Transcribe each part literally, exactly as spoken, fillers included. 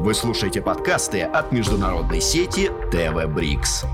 Вы слушаете подкасты от международной сети тэ вэ Брикс.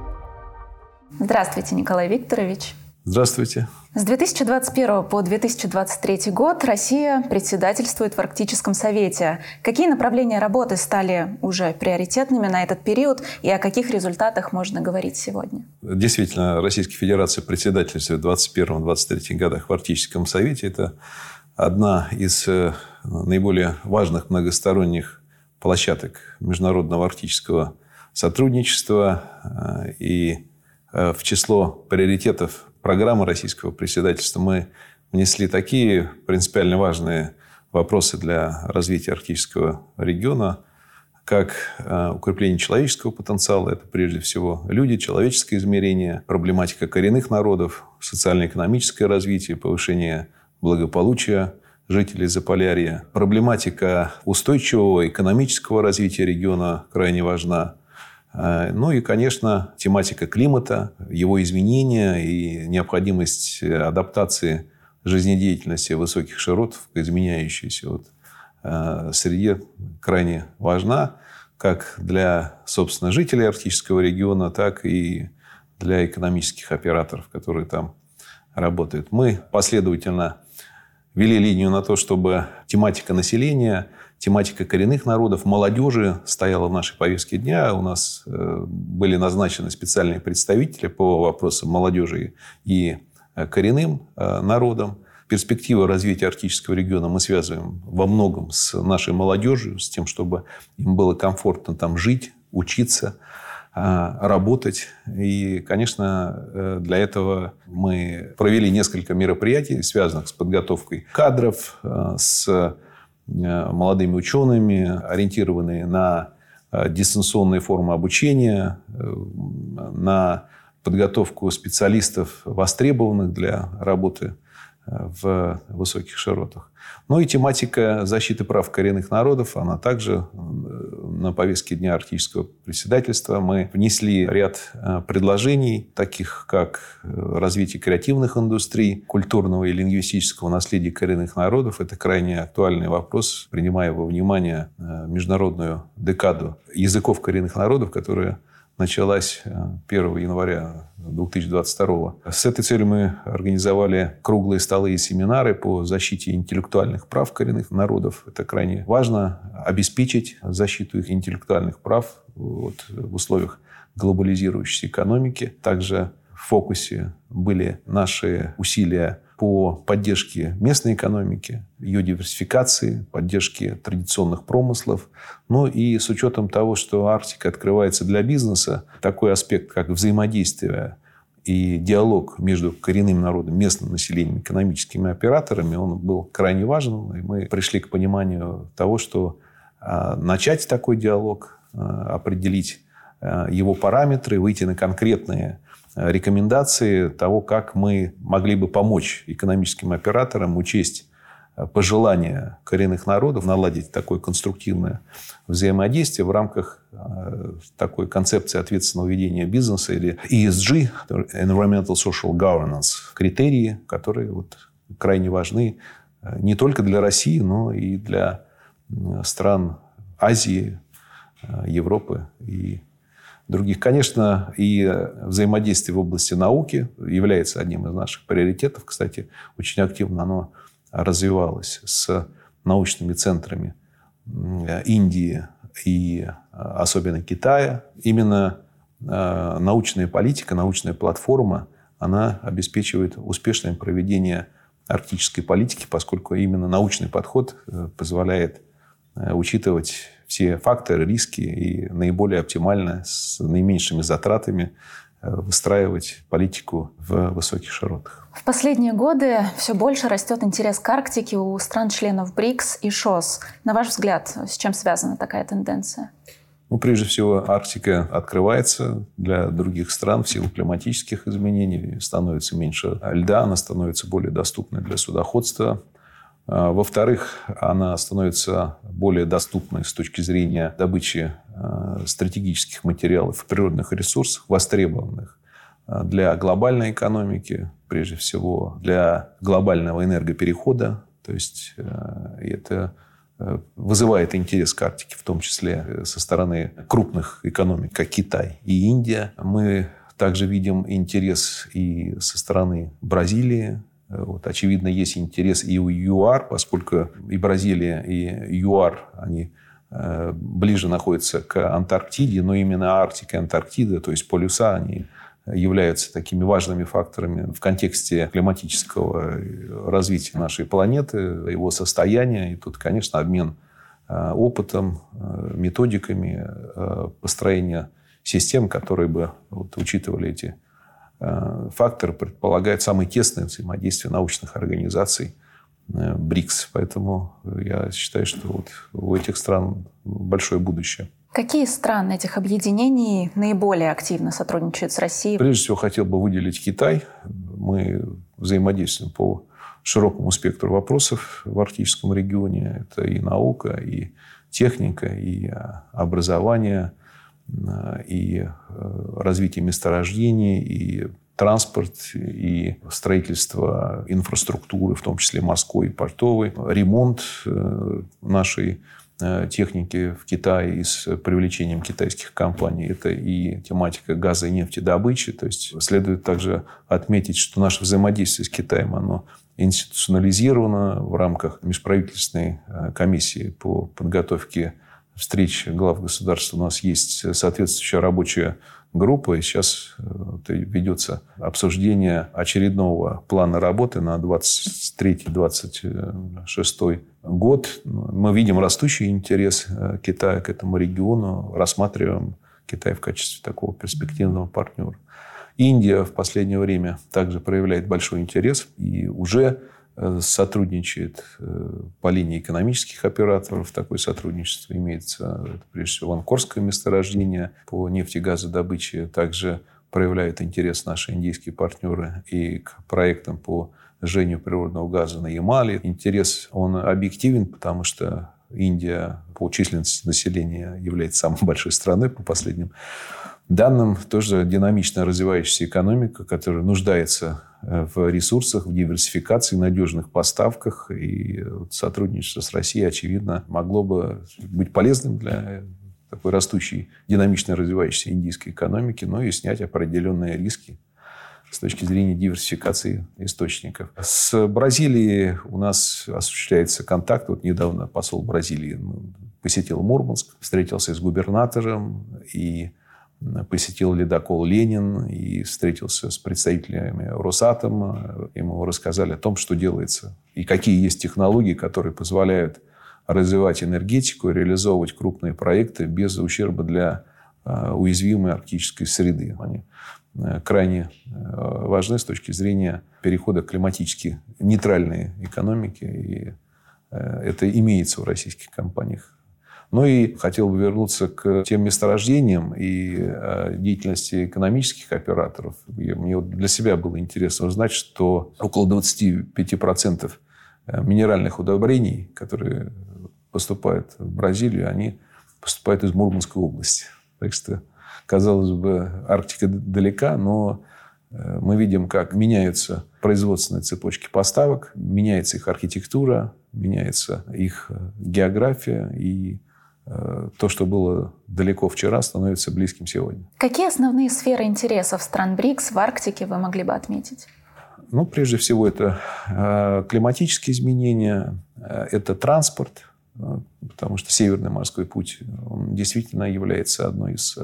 Здравствуйте, Николай Викторович. Здравствуйте. С две тысячи двадцать первого по две тысячи двадцать третий год Россия председательствует в Арктическом совете. Какие направления работы стали уже приоритетными на этот период и о каких результатах можно говорить сегодня? Действительно, Российская Федерация председательствует в двадцать первом — двадцать третьем годах в Арктическом совете. Это одна из наиболее важных многосторонних площадок международного арктического сотрудничества. И в число приоритетов программы российского председательства мы внесли такие принципиально важные вопросы для развития арктического региона, как укрепление человеческого потенциала. Это прежде всего люди, человеческое измерение, проблематика коренных народов, социально-экономическое развитие, повышение благополучия жителей Заполярья. Проблематика устойчивого экономического развития региона крайне важна. Ну и, конечно, тематика климата, его изменения и необходимость адаптации жизнедеятельности высоких широт к изменяющейся вот среде крайне важна как для, собственно, жителей арктического региона, так и для экономических операторов, которые там работают. Мы последовательно вели линию на то, чтобы тематика населения, тематика коренных народов, молодежи стояла в нашей повестке дня. У нас были назначены специальные представители по вопросам молодежи и коренным народам. Перспективы развития арктического региона мы связываем во многом с нашей молодежью, с тем, чтобы им было комфортно там жить, учиться, работать. И, конечно, для этого мы провели несколько мероприятий, связанных с подготовкой кадров, с молодыми учеными, ориентированные на дистанционные формы обучения, на подготовку специалистов, востребованных для работы в высоких широтах. Ну и тематика защиты прав коренных народов, она также на повестке дня арктического председательства. Мы внесли ряд предложений, таких как развитие креативных индустрий, культурного и лингвистического наследия коренных народов. Это крайне актуальный вопрос, принимая во внимание международную декаду языков коренных народов, которая началась первого января две тысячи двадцать второго. С этой целью мы организовали круглые столы и семинары по защите интеллектуальных прав коренных народов. Это крайне важно, обеспечить защиту их интеллектуальных прав вот, в условиях глобализирующейся экономики. Также в фокусе были наши усилия по поддержке местной экономики, ее диверсификации, поддержке традиционных промыслов. Ну и с учетом того, что Арктика открывается для бизнеса, такой аспект, как взаимодействие и диалог между коренным народом, местным населением, экономическими операторами, он был крайне важен. И мы пришли к пониманию того, что начать такой диалог, определить его параметры, выйти на конкретные рекомендации того, как мы могли бы помочь экономическим операторам учесть пожелания коренных народов, наладить такое конструктивное взаимодействие в рамках такой концепции ответственного ведения бизнеса или и эс джи, Environmental Social Governance, критерии, которые вот крайне важны не только для России, но и для стран Азии, Европы и других. Конечно, и взаимодействие в области науки является одним из наших приоритетов. Кстати, очень активно оно развивалось с научными центрами Индии и особенно Китая. Именно научная политика, научная платформа, она обеспечивает успешное проведение арктической политики, поскольку именно научный подход позволяет учитывать все факторы, риски и наиболее оптимально, с наименьшими затратами выстраивать политику в высоких широтах. В последние годы все больше растет интерес к Арктике у стран-членов БРИКС и ШОС. На ваш взгляд, с чем связана такая тенденция? Ну, прежде всего, Арктика открывается для других стран в силу климатических изменений. Становится меньше льда, она становится более доступной для судоходства. Во-вторых, она становится более доступной с точки зрения добычи стратегических материалов и природных ресурсов, востребованных для глобальной экономики, прежде всего для глобального энергоперехода. То есть это вызывает интерес к Арктике, в том числе со стороны крупных экономик, как Китай и Индия. Мы также видим интерес и со стороны Бразилии. Вот, очевидно, есть интерес и у ЮАР, поскольку и Бразилия, и ЮАР, они э, ближе находятся к Антарктиде, но именно Арктика и Антарктида, то есть полюса, они являются такими важными факторами в контексте климатического развития нашей планеты, его состояния. И тут, конечно, обмен опытом, методиками построения систем, которые бы вот, учитывали эти факторы, предполагает самое тесное взаимодействие научных организаций БРИКС. Поэтому я считаю, что вот у этих стран большое будущее. Какие страны этих объединений наиболее активно сотрудничают с Россией? Прежде всего, хотел бы выделить Китай. Мы взаимодействуем по широкому спектру вопросов в арктическом регионе. Это и наука, и техника, и образование, и развитие месторождений, и транспорт, и строительство инфраструктуры, в том числе морской и портовой, ремонт нашей техники в Китае и с привлечением китайских компаний. Это и тематика газа и нефтедобычи. То есть следует также отметить, что наше взаимодействие с Китаем, оно институционализировано в рамках межправительственной комиссии по подготовке встреч глав государств. У нас есть соответствующая рабочая группа, и сейчас ведется обсуждение очередного плана работы на двадцать третий — двадцать шестой год. Мы видим растущий интерес Китая к этому региону, рассматриваем Китай в качестве такого перспективного партнера. Индия в последнее время также проявляет большой интерес и уже сотрудничает по линии экономических операторов. Такое сотрудничество имеется, это, прежде всего, Анкорское месторождение по нефтегазодобыче. Также проявляют интерес наши индийские партнеры и к проектам по сжению природного газа на Ямале. Интерес, он объективен, потому что Индия по численности населения является самой большой страной по последним данным. Тоже динамично развивающаяся экономика, которая нуждается в ресурсах, в диверсификации, надежных поставках. И сотрудничество с Россией, очевидно, могло бы быть полезным для такой растущей, динамично развивающейся индийской экономики, но и снять определенные риски с точки зрения диверсификации источников. С Бразилией у нас осуществляется контакт. Вот недавно посол Бразилии посетил Мурманск, встретился с губернатором и посетил ледокол «Ленин» и встретился с представителями Росатома. Ему рассказали о том, что делается и какие есть технологии, которые позволяют развивать энергетику и реализовывать крупные проекты без ущерба для уязвимой арктической среды. Они крайне важны с точки зрения перехода к климатически нейтральной экономике. И это имеется в российских компаниях. Ну и хотел бы вернуться к тем месторождениям и деятельности экономических операторов. И мне вот для себя было интересно узнать, что около двадцать пять процентов минеральных удобрений, которые поступают в Бразилию, они поступают из Мурманской области. Так что, казалось бы, Арктика далека, но мы видим, как меняются производственные цепочки поставок, меняется их архитектура, меняется их география, и то, что было далеко вчера, становится близким сегодня. Какие основные сферы интересов стран БРИКС в Арктике вы могли бы отметить? Ну, прежде всего, это климатические изменения, это транспорт, потому что Северный морской путь он действительно является одной из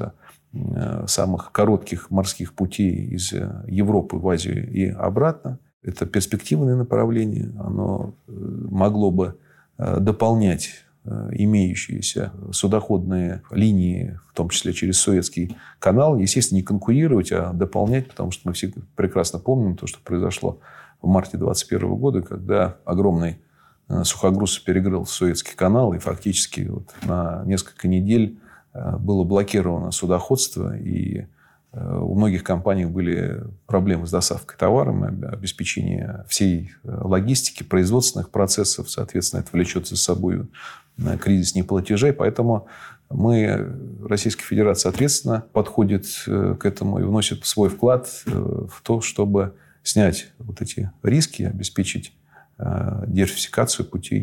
самых коротких морских путей из Европы в Азию и обратно. Это перспективное направление. Оно могло бы дополнять имеющиеся судоходные линии, в том числе через Суэцкий канал, естественно, не конкурировать, а дополнять, потому что мы все прекрасно помним то, что произошло в марте двадцать первого года, когда огромный сухогруз перегрел Суэцкий канал, и фактически вот на несколько недель было блокировано судоходство, и у многих компаний были проблемы с доставкой товаров, обеспечением всей логистики, производственных процессов. Соответственно, это влечет за собой кризис неплатежей. Поэтому мы, Российская Федерация, ответственно подходит к этому и вносит свой вклад в то, чтобы снять вот эти риски, обеспечить диверсификацию путей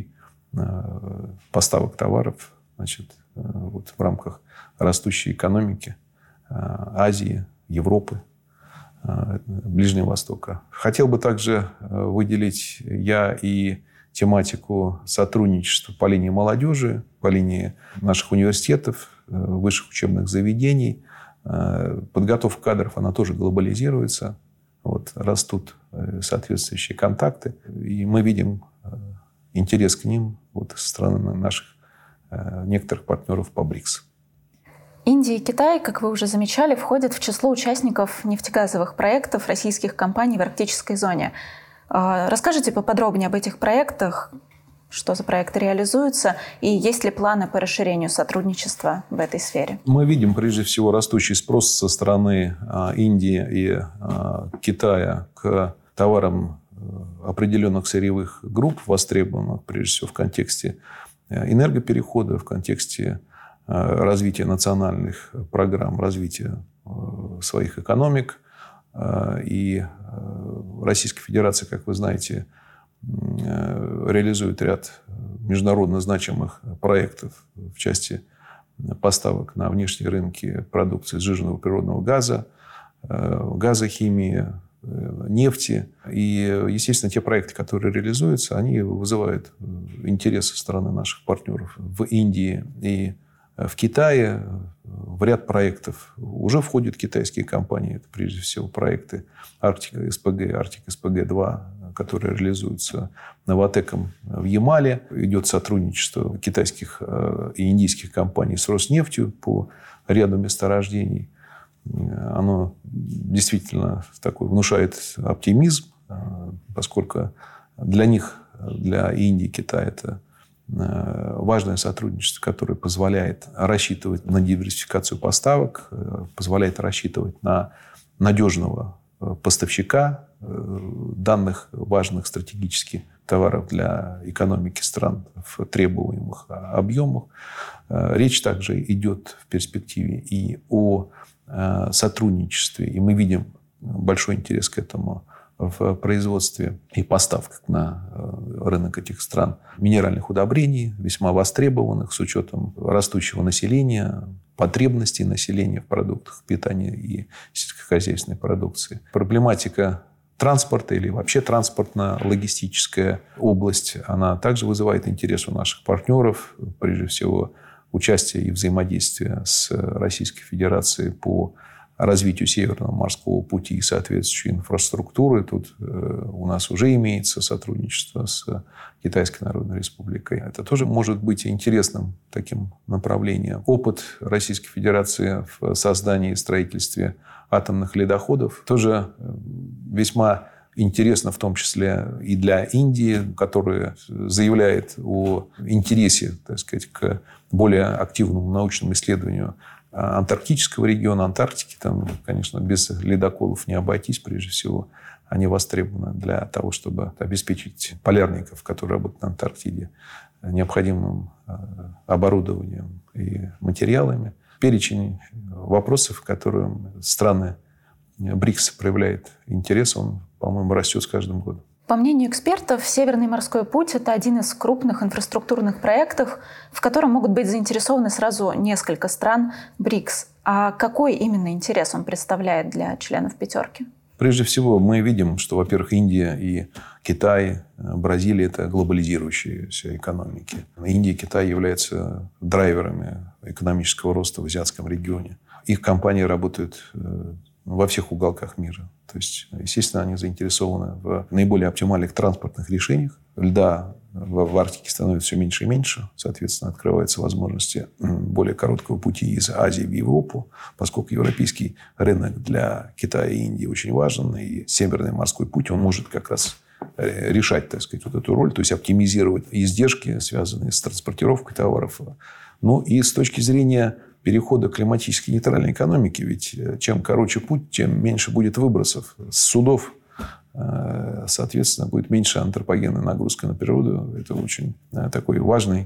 поставок товаров, значит, вот в рамках растущей экономики Азии, Европы, Ближнего Востока. Хотел бы также выделить я и тематику сотрудничества по линии молодежи, по линии наших университетов, высших учебных заведений. Подготовка кадров, она тоже глобализируется. Вот, растут соответствующие контакты. И мы видим интерес к ним вот, со стороны наших некоторых партнеров по БРИКС. Индия и Китай, как вы уже замечали, входят в число участников нефтегазовых проектов российских компаний в арктической зоне. Расскажите поподробнее об этих проектах, что за проекты реализуются, и есть ли планы по расширению сотрудничества в этой сфере? Мы видим, прежде всего, растущий спрос со стороны Индии и Китая к товарам определенных сырьевых групп, востребованных, прежде всего, в контексте энергоперехода, в контексте развития национальных программ, развития своих экономик. И Российская Федерация, как вы знаете, реализует ряд международно значимых проектов в части поставок на внешние рынки продукции сжиженного природного газа, газохимии, нефти. И, естественно, те проекты, которые реализуются, они вызывают интерес со стороны наших партнеров в Индии и в Китае. В ряд проектов уже входят китайские компании. Это, прежде всего, проекты Арктика СПГ, Арктик СПГ два, которые реализуются Новатэком в Ямале. Идет сотрудничество китайских и индийских компаний с Роснефтью по ряду месторождений. Оно действительно такой внушает оптимизм, поскольку для них, для Индии и Китая, это важное сотрудничество, которое позволяет рассчитывать на диверсификацию поставок, позволяет рассчитывать на надежного поставщика данных важных стратегических товаров для экономики стран в требуемых объемах. Речь также идет в перспективе и о сотрудничестве, и мы видим большой интерес к этому в производстве и поставках на рынок этих стран минеральных удобрений, весьма востребованных с учетом растущего населения, потребностей населения в продуктах питания и сельскохозяйственной продукции. Проблематика транспорта или вообще транспортно-логистическая область, она также вызывает интерес у наших партнеров, прежде всего участие и взаимодействие с Российской Федерацией по развитию Северного морского пути и соответствующей инфраструктуры. Тут у нас уже имеется сотрудничество с Китайской Народной Республикой. Это тоже может быть интересным таким направлением. Опыт Российской Федерации в создании и строительстве атомных ледоходов тоже весьма интересно, в том числе и для Индии, которая заявляет о интересе, так сказать, к более активному научному исследованию антарктического региона, Антарктики. Там, конечно, без ледоколов не обойтись. Прежде всего, они востребованы для того, чтобы обеспечить полярников, которые работают на Антарктиде, необходимым оборудованием и материалами. Перечень вопросов, к которым страны БРИКС проявляет интерес, он, по-моему, растет с каждым годом. По мнению экспертов, Северный морской путь – это один из крупных инфраструктурных проектов, в котором могут быть заинтересованы сразу несколько стран БРИКС. А какой именно интерес он представляет для членов «пятерки»? Прежде всего, мы видим, что, во-первых, Индия и Китай, Бразилия – это глобализирующиеся экономики. Индия и Китай являются драйверами экономического роста в азиатском регионе. Их компании работают во всех уголках мира. То есть, естественно, они заинтересованы в наиболее оптимальных транспортных решениях. Льда в Арктике становится все меньше и меньше. Соответственно, открываются возможности более короткого пути из Азии в Европу, поскольку европейский рынок для Китая и Индии очень важен. И Северный морской путь, он может как раз решать, так сказать, вот эту роль, то есть оптимизировать издержки, связанные с транспортировкой товаров. Ну и с точки зрения перехода к климатически нейтральной экономике, ведь чем короче путь, тем меньше будет выбросов с судов, соответственно, будет меньше антропогенной нагрузки на природу. Это очень такой важный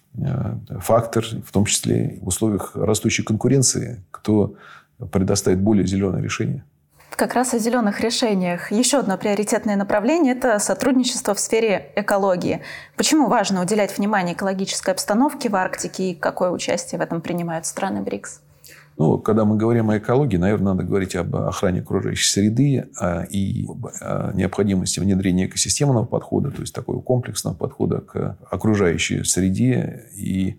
фактор, в том числе в условиях растущей конкуренции, кто предоставит более зеленое решение. как раз о зеленых решениях. Еще одно приоритетное направление – это сотрудничество в сфере экологии. Почему важно уделять внимание экологической обстановке в Арктике и какое участие в этом принимают страны БРИКС? Ну, когда мы говорим о экологии, наверное, надо говорить об охране окружающей среды и о необходимости внедрения экосистемного подхода, то есть такого комплексного подхода к окружающей среде. И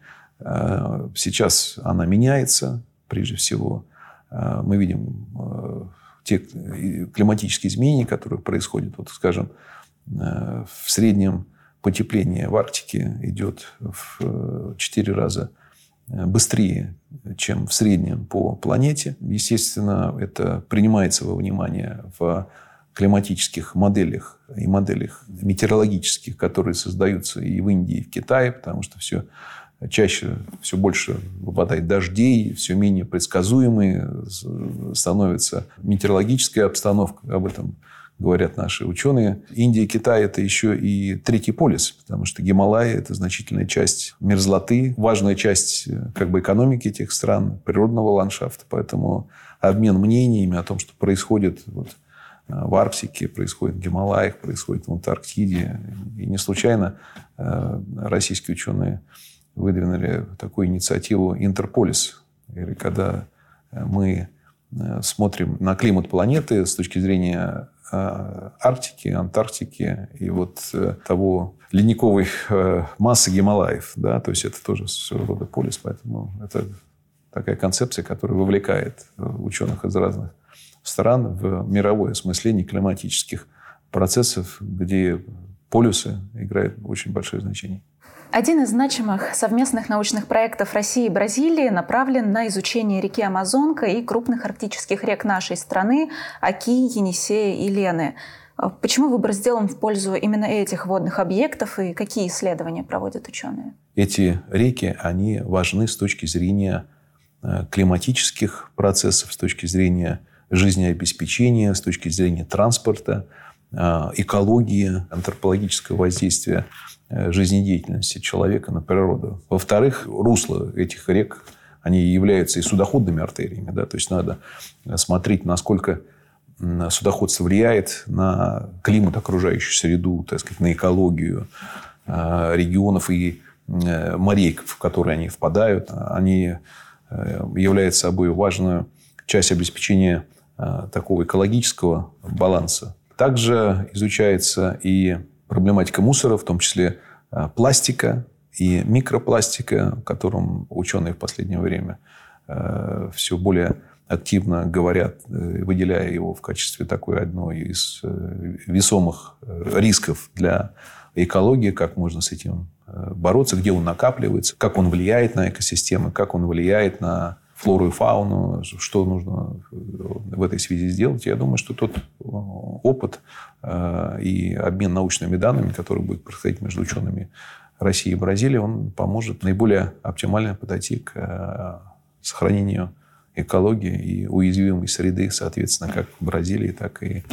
сейчас она меняется, прежде всего. Мы видим те климатические изменения, которые происходят. Вот, скажем, в среднем потепление в Арктике идет в четыре раза быстрее, чем в среднем по планете. Естественно, это принимается во внимание в климатических моделях и моделях метеорологических, которые создаются и в Индии, и в Китае, потому что все чаще, все больше выпадает дождей, все менее предсказуемой становится метеорологическая обстановка. Об этом говорят наши ученые. Индия и Китай – это еще и третий полюс, потому что Гималаи – это значительная часть мерзлоты, важная часть как бы экономики этих стран, природного ландшафта. Поэтому обмен мнениями о том, что происходит вот в Арктике, происходит в Гималаях, происходит в Антарктиде. И не случайно российские ученые выдвинули такую инициативу «Интерполис», когда мы смотрим на климат планеты с точки зрения Арктики, Антарктики и вот того ледниковой массы Гималаев. Да? То есть, это тоже своего рода полюс. Поэтому это такая концепция, которая вовлекает ученых из разных стран в мировое осмысление климатических процессов, где полюсы играют очень большое значение. Один из значимых совместных научных проектов России и Бразилии направлен на изучение реки Амазонка и крупных арктических рек нашей страны – Оки, Енисея и Лены. Почему выбор сделан в пользу именно этих водных объектов и какие исследования проводят ученые? Эти реки, они важны с точки зрения климатических процессов, с точки зрения жизнеобеспечения, с точки зрения транспорта, экологии, антропологического воздействия жизнедеятельности человека на природу. Во-вторых, русла этих рек, они являются и судоходными артериями. Да? То есть, надо смотреть, насколько судоходство влияет на климат, окружающую среду, так сказать, на экологию регионов и морей, в которые они впадают. Они являются собой важную часть обеспечения такого экологического баланса. Также изучается и проблематика мусора, в том числе пластика и микропластика, о котором ученые в последнее время все более активно говорят, выделяя его в качестве такой одной из весомых рисков для экологии, как можно с этим бороться, где он накапливается, как он влияет на экосистемы, как он влияет на флору и фауну, что нужно в этой связи сделать. Я думаю, что тот опыт и обмен научными данными, который будет происходить между учеными России и Бразилии, он поможет наиболее оптимально подойти к сохранению экологии и уязвимой среды, соответственно, как в Бразилии, так и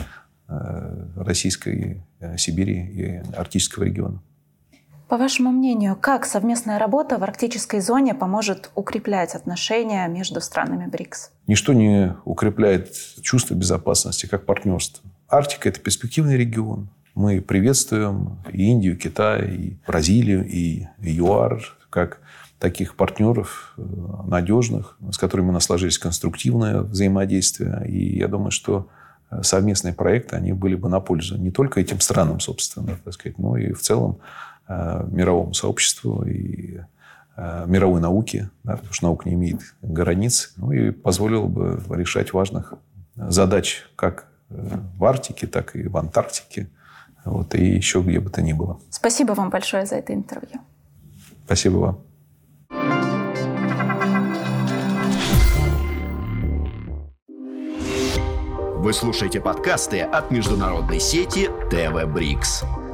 Российской Сибири и Арктического региона. По вашему мнению, как совместная работа в арктической зоне поможет укреплять отношения между странами БРИКС? Ничто не укрепляет чувство безопасности, как партнерство. Арктика – это перспективный регион. Мы приветствуем и Индию, и Китай, и Бразилию, и ЮАР как таких партнеров надежных, с которыми у нас сложились конструктивное взаимодействие. И я думаю, что совместные проекты, они были бы на пользу не только этим странам, собственно, так сказать, но и в целом мировому сообществу и мировой науке, да, потому что наука не имеет границ, ну и позволило бы решать важных задач как в Арктике, так и в Антарктике, вот, и еще где бы то ни было. Спасибо вам большое за это интервью. Спасибо вам. Вы слушаете подкасты от международной сети ТВ БРИКС.